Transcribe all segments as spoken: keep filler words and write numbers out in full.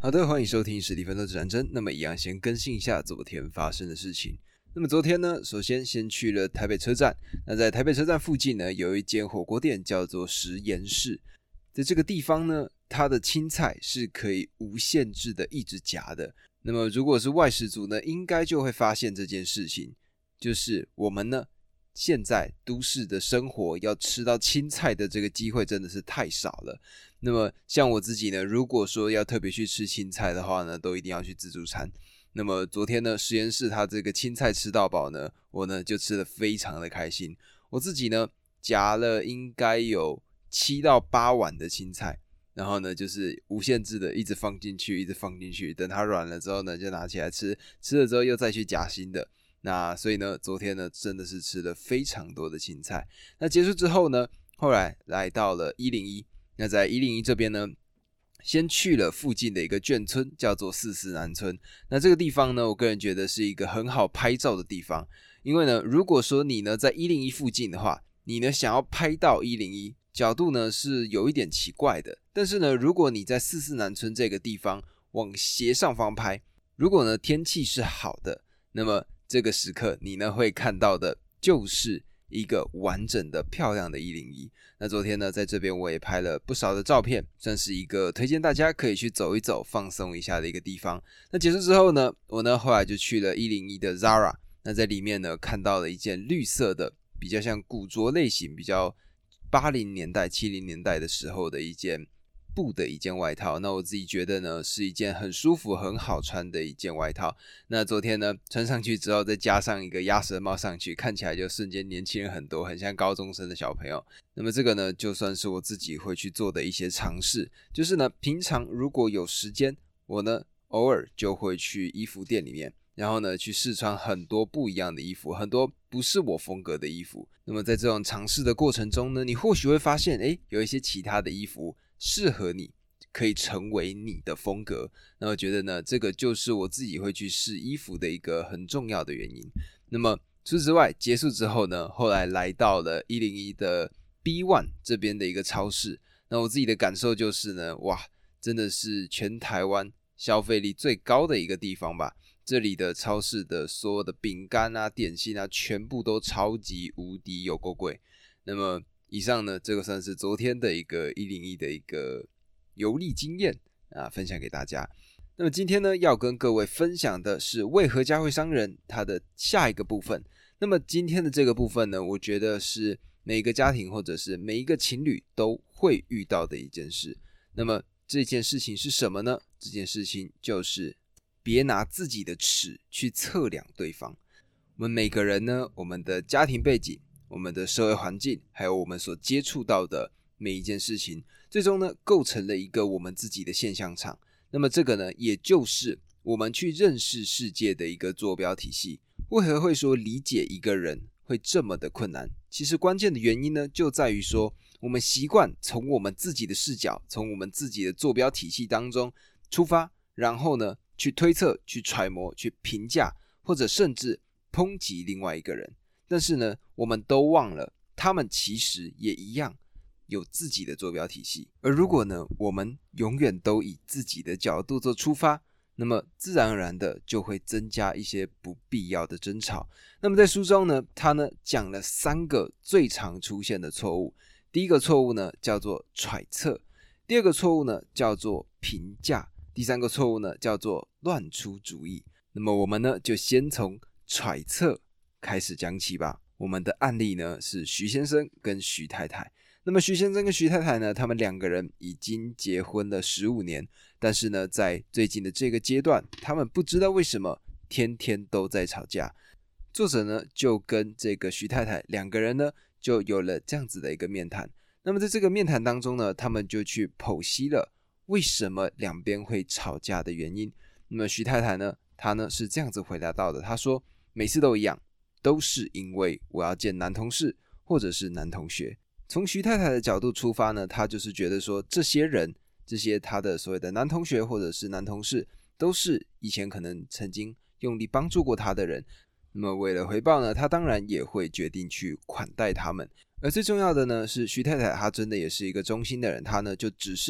好的，欢迎收听史蒂芬的指南针。那么一样先更新一下昨天发生的事情。那么昨天呢，首先先去了台北车站。那在台北车站附近呢，有一间火锅店叫做食盐室。在这个地方呢，它的青菜是可以无限制的一直夹的。那么如果是外食族呢，应该就会发现这件事情，就是我们呢现在都市的生活要吃到青菜的这个机会真的是太少了。那么像我自己呢，如果说要特别去吃青菜的话呢，都一定要去自助餐。那么昨天呢，实验室它这个青菜吃到饱呢，我呢就吃得非常的开心。我自己呢夹了应该有七到八碗的青菜，然后呢就是无限制的一直放进去，一直放进去，等它软了之后呢，就拿起来吃，吃了之后又再去夹新的。那所以呢，昨天呢真的是吃了非常多的青菜。那结束之后呢，后来来到了一零一。那在一零一这边呢，先去了附近的一个眷村，叫做四四南村。那这个地方呢，我个人觉得是一个很好拍照的地方。因为呢，如果说你呢在一零一附近的话，你呢想要拍到一零一，角度呢是有一点奇怪的。但是呢，如果你在四四南村这个地方往斜上方拍，如果呢天气是好的，那么这个时刻你呢会看到的就是一个完整的漂亮的一零一。那昨天呢在这边我也拍了不少的照片，算是一个推荐大家可以去走一走放松一下的一个地方。那结束之后呢，我呢后来就去了一零一的 Zara。 那在里面呢看到了一件绿色的比较像古着类型，比较八零年代七零年代的时候的一件布的一件外套。那我自己觉得呢是一件很舒服很好穿的一件外套。那昨天呢穿上去之后再加上一个鸭舌帽上去，看起来就瞬间年轻人很多，很像高中生的小朋友。那么这个呢就算是我自己会去做的一些尝试，就是呢平常如果有时间，我呢偶尔就会去衣服店里面，然后呢去试穿很多不一样的衣服，很多不是我风格的衣服。那么在这种尝试的过程中呢，你或许会发现诶有一些其他的衣服适合你，可以成为你的风格。那我觉得呢这个就是我自己会去试衣服的一个很重要的原因。那么除此之外，结束之后呢，后来来到了一零一的 B 一 这边的一个超市。那我自己的感受就是呢，哇，真的是全台湾消费力最高的一个地方吧。这里的超市的所有的饼干啊点心啊全部都超级无敌有够贵。那么以上呢，这个算是昨天的一个一零一的一个游历经验啊，分享给大家。那么今天呢，要跟各位分享的是为何家会伤人它的下一个部分。那么今天的这个部分呢，我觉得是每一个家庭或者是每一个情侣都会遇到的一件事。那么这件事情是什么呢？这件事情就是别拿自己的尺去测量对方。我们每个人呢，我们的家庭背景，我们的社会环境，还有我们所接触到的每一件事情，最终呢构成了一个我们自己的现象场。那么这个呢，也就是我们去认识世界的一个坐标体系。为何会说理解一个人会这么的困难？其实关键的原因呢，就在于说我们习惯从我们自己的视角，从我们自己的坐标体系当中出发，然后呢去推测，去揣摩，去评价，或者甚至抨击另外一个人。但是呢，我们都忘了他们其实也一样有自己的坐标体系。而如果呢，我们永远都以自己的角度做出发，那么自然而然的就会增加一些不必要的争吵。那么在书中呢，他呢讲了三个最常出现的错误。第一个错误呢叫做揣测，第二个错误呢叫做评价，第三个错误呢叫做乱出主意。那么我们呢就先从揣测开始讲起吧。我们的案例呢是徐先生跟徐太太。那么徐先生跟徐太太呢，他们两个人已经结婚了十五年，但是呢在最近的这个阶段，他们不知道为什么天天都在吵架。作者呢就跟这个徐太太两个人呢就有了这样子的一个面谈。那么在这个面谈当中呢，他们就去剖析了为什么两边会吵架的原因。那么徐太太呢，她呢是这样子回答到的，她说每次都一样，都是因为我要见男同事或者是男同学。从徐太太的角度出发呢，她就是觉得说这些人，这些她的所谓的男同学或者是男同事，都是以前可能曾经用力帮助过她的人。那么为了回报呢，她当然也会决定去款待他们。而最重要的呢，是徐太太她真的也是一个忠心的人，她呢就只是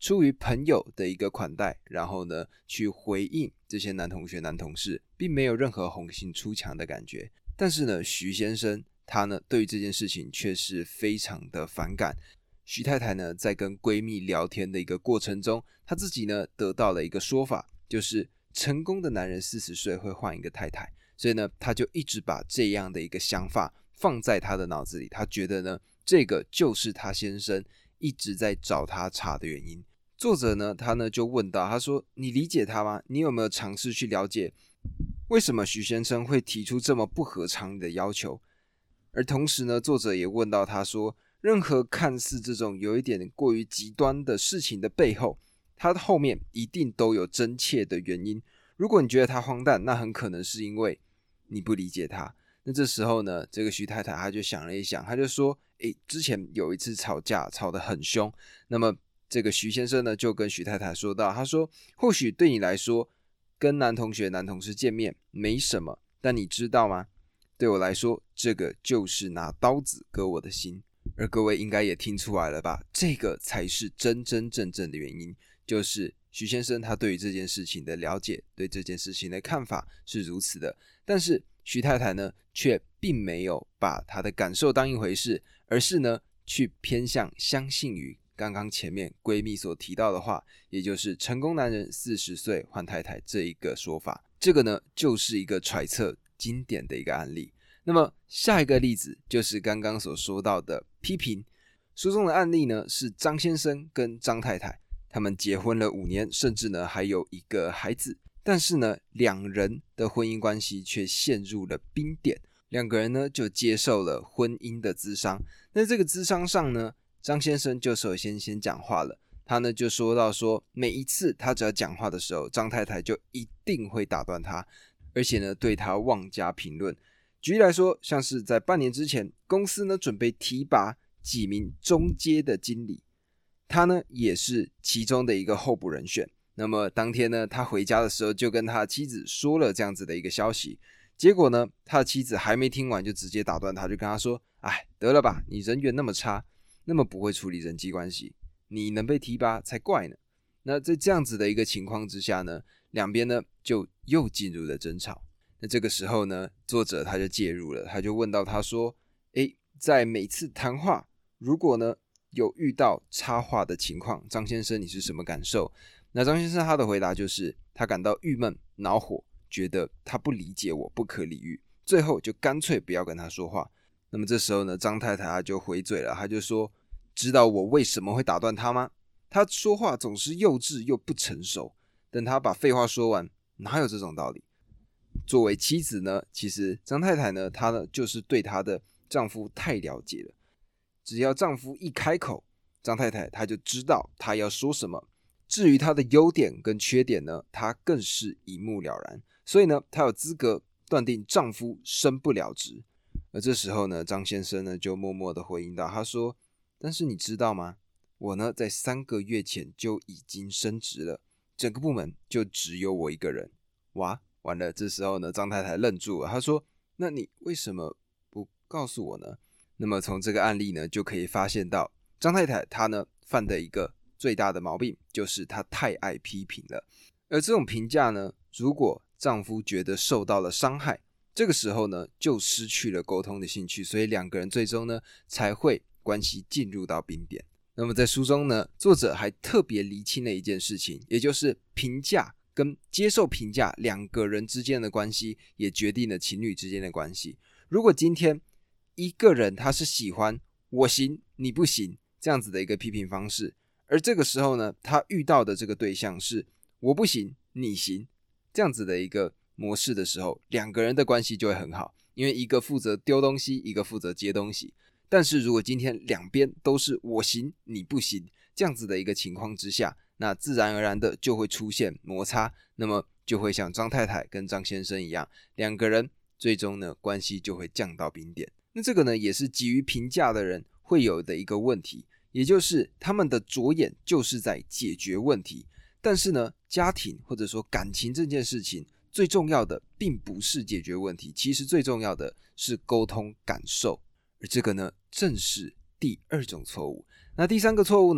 出于朋友的一个款待，然后呢去回应这些男同学男同事，并没有任何红杏出墙的感觉。但是呢，徐先生他呢对于这件事情却是非常的反感。徐太太呢在跟闺蜜聊天的一个过程中，她自己呢得到了一个说法，就是成功的男人四十岁会换一个太太，所以呢她就一直把这样的一个想法放在她的脑子里，她觉得呢这个就是她先生一直在找她茬的原因。作者呢他呢就问到，他说你理解他吗？你有没有尝试去了解为什么徐先生会提出这么不合常理的要求？而同时呢，作者也问到他说，任何看似这种有一点过于极端的事情的背后，它后面一定都有真切的原因。如果你觉得它荒诞，那很可能是因为你不理解它。那这时候呢，这个徐太太她就想了一想，她就说，诶，之前有一次吵架吵得很凶，那么这个徐先生呢就跟徐太太说到，他说或许对你来说跟男同学男同事见面没什么，但你知道吗？对我来说，这个就是拿刀子割我的心。而各位应该也听出来了吧，这个才是真真正正的原因，就是徐先生他对于这件事情的了解，对这件事情的看法是如此的，但是徐太太呢却并没有把她的感受当一回事，而是呢去偏向相信于刚刚前面闺蜜所提到的话，也就是成功男人四十岁换太太这一个说法。这个呢就是一个揣测经典的一个案例。那么下一个例子就是刚刚所说到的批评。书中的案例呢是张先生跟张太太，他们结婚了五年，甚至呢还有一个孩子，但是呢两人的婚姻关系却陷入了冰点。两个人呢就接受了婚姻的咨商。那这个咨商上呢，张先生就首先先讲话了，他呢就说到说，每一次他只要讲话的时候，张太太就一定会打断他，而且呢对他妄加评论。举例来说，像是在半年之前，公司呢准备提拔几名中阶的经理，他呢也是其中的一个候补人选。那么当天呢，他回家的时候就跟他的妻子说了这样子的一个消息，结果呢，他的妻子还没听完就直接打断他，就跟他说：哎，得了吧，你人缘那么差，那么不会处理人际关系，你能被提拔才怪呢。那在这样子的一个情况之下呢，两边呢就又进入了争吵。那这个时候呢，作者他就介入了，他就问到他说，诶，在每次谈话，如果呢有遇到插话的情况，张先生你是什么感受？那张先生他的回答就是，他感到郁闷、恼火，觉得他不理解我，不可理喻，最后就干脆不要跟他说话。那么这时候呢，张太太他就回嘴了，他就说，知道我为什么会打断他吗？他说话总是幼稚又不成熟，等他把废话说完，哪有这种道理？作为妻子呢，其实张太太呢，她呢就是对她的丈夫太了解了。只要丈夫一开口，张太太她就知道他要说什么。至于他的优点跟缺点呢，她更是一目了然。所以呢，她有资格断定丈夫升不了职。而这时候呢，张先生呢就默默的回应到，他说：“但是你知道吗？我呢在三个月前就已经升职了，整个部门就只有我一个人。”哇！完了，这时候呢，张太太愣住了，她说：“那你为什么不告诉我呢？”那么从这个案例呢，就可以发现到张太太她呢犯的一个最大的毛病，就是她太爱批评了。而这种评价呢，如果丈夫觉得受到了伤害，这个时候呢，就失去了沟通的兴趣，所以两个人最终呢，才会关系进入到冰点。那么在书中呢，作者还特别厘清了一件事情，也就是评价跟接受评价两个人之间的关系，也决定了情侣之间的关系。如果今天一个人他是喜欢我行你不行这样子的一个批评方式，而这个时候呢，他遇到的这个对象是我不行你行这样子的一个模式的时候，两个人的关系就会很好，因为一个负责丢东西，一个负责接东西。但是如果今天两边都是我行你不行这样子的一个情况之下，那自然而然的就会出现摩擦，那么就会像张太太跟张先生一样，两个人最终呢关系就会降到冰点。那这个呢也是基于评价的人会有的一个问题，也就是他们的着眼就是在解决问题，但是呢家庭或者说感情这件事情最重要的并不是解决问题，其实最重要的是沟通感受，而这个呢正是第二种错误。那第三个错误呢，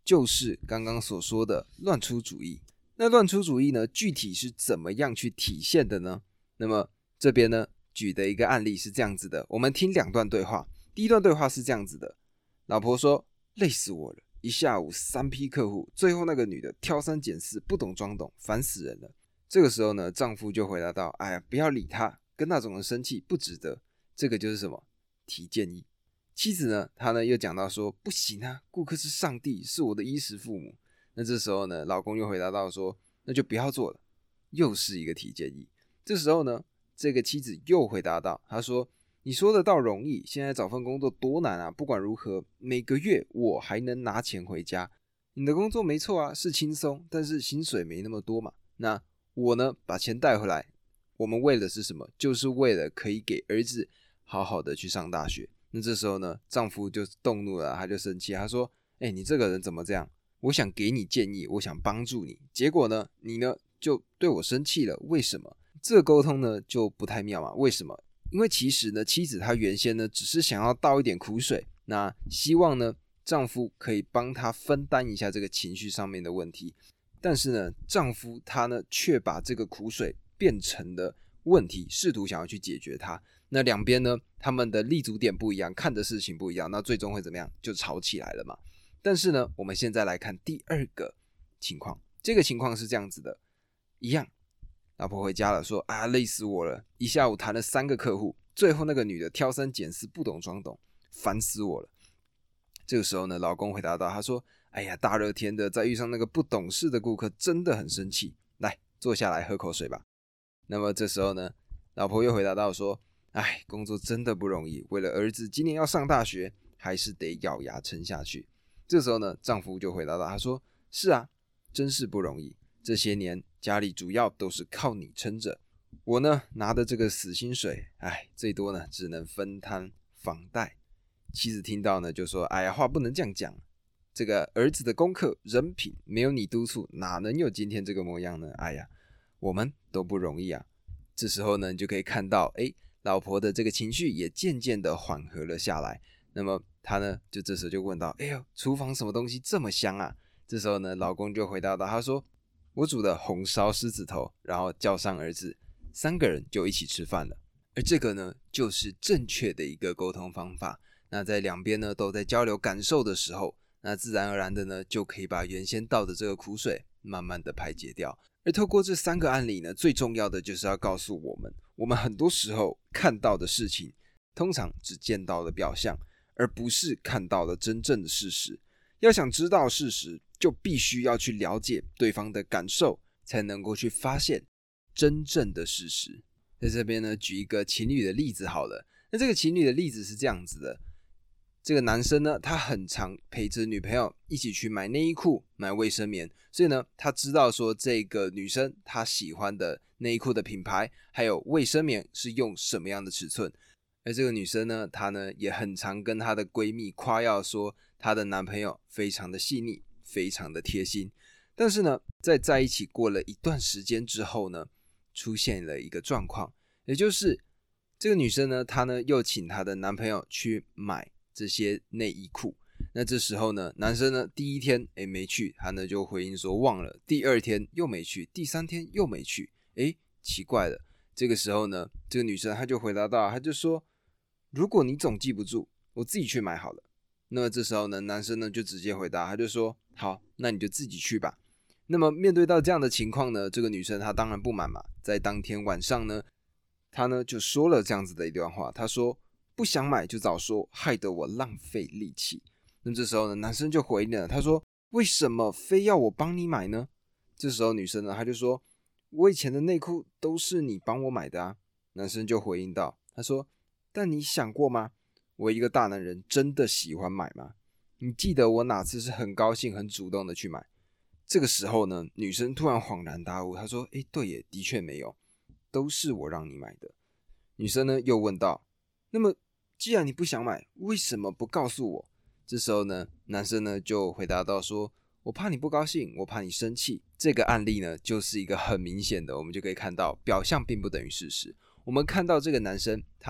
就是刚刚所说的乱出主意。那乱出主意呢，具体是怎么样去体现的呢？那么这边呢举的一个案例是这样子的，我们听两段对话。第一段对话是这样子的，老婆说累死我了，一下午三批客户，最后那个女的挑三拣四，不懂装懂，烦死人了。这个时候呢，丈夫就回答道，哎呀，不要理她，跟那种人生气不值得。这个就是什么？提建议。妻子呢，她呢又讲到说，不行啊，顾客是上帝，是我的衣食父母。那这时候呢，老公又回答到说，那就不要做了，又是一个提建议。这时候呢，这个妻子又回答到，她说，你说得倒容易，现在找份工作多难啊，不管如何，每个月我还能拿钱回家。你的工作没错啊，是轻松，但是薪水没那么多嘛。那我呢，把钱带回来，我们为的是什么？就是为了可以给儿子好好的去上大学。那这时候呢，丈夫就动怒了，他就生气，他说，欸，你这个人怎么这样？我想给你建议，我想帮助你，结果呢，你呢就对我生气了，为什么？这个沟通呢就不太妙嘛？为什么？因为其实呢，妻子她原先呢只是想要倒一点苦水，那希望呢丈夫可以帮她分担一下这个情绪上面的问题，但是呢，丈夫他呢却把这个苦水变成了问题，试图想要去解决它。那两边呢，他们的立足点不一样，看的事情不一样，那最终会怎么样？就吵起来了嘛。但是呢，我们现在来看第二个情况，这个情况是这样子的，一样，老婆回家了，说啊，累死我了，一下午谈了三个客户，最后那个女的挑三拣四，不懂装懂，烦死我了。这个时候呢，老公回答到，他说，哎呀，大热天的，再遇上那个不懂事的顾客，真的很生气，来，坐下来喝口水吧。那么这时候呢，老婆又回答到说，哎，工作真的不容易，为了儿子今年要上大学，还是得咬牙撑下去。这时候呢，丈夫就回答到，他说，是啊，真是不容易，这些年家里主要都是靠你撑着，我呢拿的这个死薪水，哎，最多呢只能分摊房贷。妻子听到呢就说，哎呀，话不能这样讲，这个儿子的功课人品没有你督促，哪能有今天这个模样呢？哎呀，我们都不容易啊。这时候呢，你就可以看到，哎，老婆的这个情绪也渐渐的缓和了下来。那么他呢，就这时候就问到，哎呦，厨房什么东西这么香啊？这时候呢，老公就回答到，他说，我煮的红烧狮子头，然后叫上儿子，三个人就一起吃饭了。而这个呢，就是正确的一个沟通方法。那在两边呢都在交流感受的时候，那自然而然的呢，就可以把原先倒的这个苦水慢慢的排解掉。而透过这三个案例呢，最重要的就是要告诉我们，我们很多时候看到的事情，通常只见到了表象，而不是看到了真正的事实。要想知道事实，就必须要去了解对方的感受，才能够去发现真正的事实。在这边呢，举一个情侣的例子好了。那这个情侣的例子是这样子的，这个男生呢，他很常陪着女朋友一起去买内衣裤、买卫生棉，所以呢，他知道说这个女生她喜欢的内衣裤的品牌，还有卫生棉是用什么样的尺寸。而这个女生呢，她呢也很常跟她的闺蜜夸耀说，她的男朋友非常的细腻，非常的贴心。但是呢，在在一起过了一段时间之后呢，出现了一个状况，也就是这个女生呢，她呢又请她的男朋友去买这些内衣裤。那这时候呢，男生呢第一天诶没去，他呢就回应说忘了，第二天又没去，第三天又没去。诶，奇怪了，这个时候呢，这个女生她就回答到，她就说，如果你总记不住，我自己去买好了。那么这时候呢，男生呢就直接回答，他就说，好，那你就自己去吧。那么面对到这样的情况呢，这个女生她当然不满嘛，在当天晚上呢，她呢就说了这样子的一段话，她说，不想买就早说，害得我浪费力气。那这时候呢，男生就回应了，他说，为什么非要我帮你买呢？这时候女生呢，她就说，我以前的内裤都是你帮我买的啊。男生就回应到，他说，但你想过吗？我一个大男人真的喜欢买吗？你记得我哪次是很高兴很主动的去买？这个时候呢，女生突然恍然大悟，她说，诶，对耶，的确没有，都是我让你买的。女生呢又问道，那么既然你不想买，为什么不告诉我？这时候呢，男生呢就回答到说，我怕你不高兴，我怕你生气。这个案例呢就是一个很明显的，我们就可以看到表象并不等于事实。我们看到这个男生他呢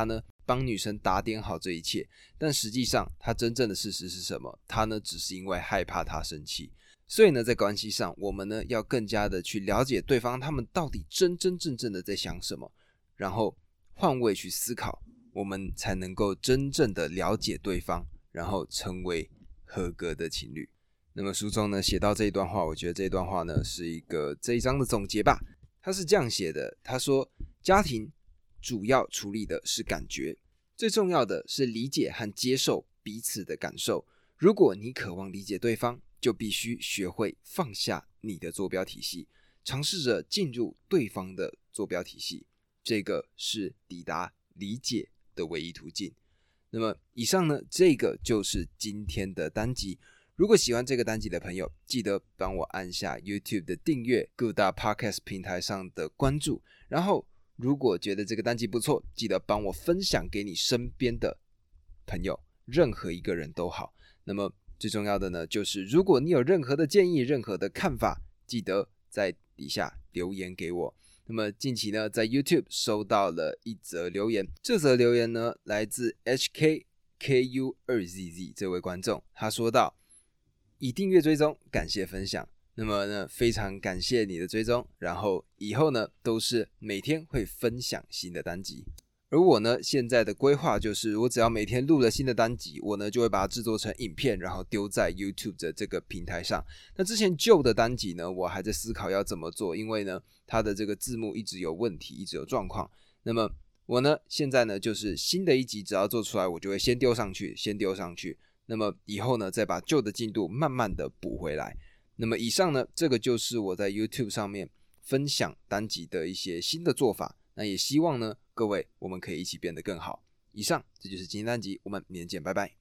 帮女生打点好这一切，但实际上他真正的事实是什么？他呢只是因为害怕她生气。所以呢在关系上，我们呢要更加的去了解对方他们到底真真正正的在想什么，然后换位去思考，我们才能够真正的了解对方，然后成为合格的情侣。那么书中呢写到这一段话，我觉得这一段话呢是一个这一章的总结吧。他是这样写的，他说家庭主要处理的是感觉，最重要的是理解和接受彼此的感受。如果你渴望理解对方，就必须学会放下你的坐标体系，尝试着进入对方的坐标体系，这个是抵达理解的唯一途径。那么以上呢，这个就是今天的单集。如果喜欢这个单集的朋友，记得帮我按下 YouTube 的订阅，各大 Podcast 平台上的关注，然后如果觉得这个单集不错，记得帮我分享给你身边的朋友，任何一个人都好。那么最重要的呢，就是如果你有任何的建议、任何的看法，记得在底下留言给我。那么近期呢，在 YouTube 收到了一则留言，这则留言呢来自 H K K U 二 Z Z 这位观众，他说道：已订阅追踪，感谢分享。那么呢，非常感谢你的追踪，然后以后呢都是每天会分享新的单集。而我呢，现在的规划就是，我只要每天录了新的单集，我呢就会把它制作成影片，然后丢在 YouTube 的这个平台上。那之前旧的单集呢，我还在思考要怎么做，因为呢，它的这个字幕一直有问题，一直有状况。那么我呢，现在呢，就是新的一集只要做出来，我就会先丢上去，先丢上去。那么以后呢，再把旧的进度慢慢的补回来。那么以上呢，这个就是我在 YouTube 上面分享单集的一些新的做法。那也希望呢，各位我们可以一起变得更好。以上，这就是今天单集，我们明天见，拜拜。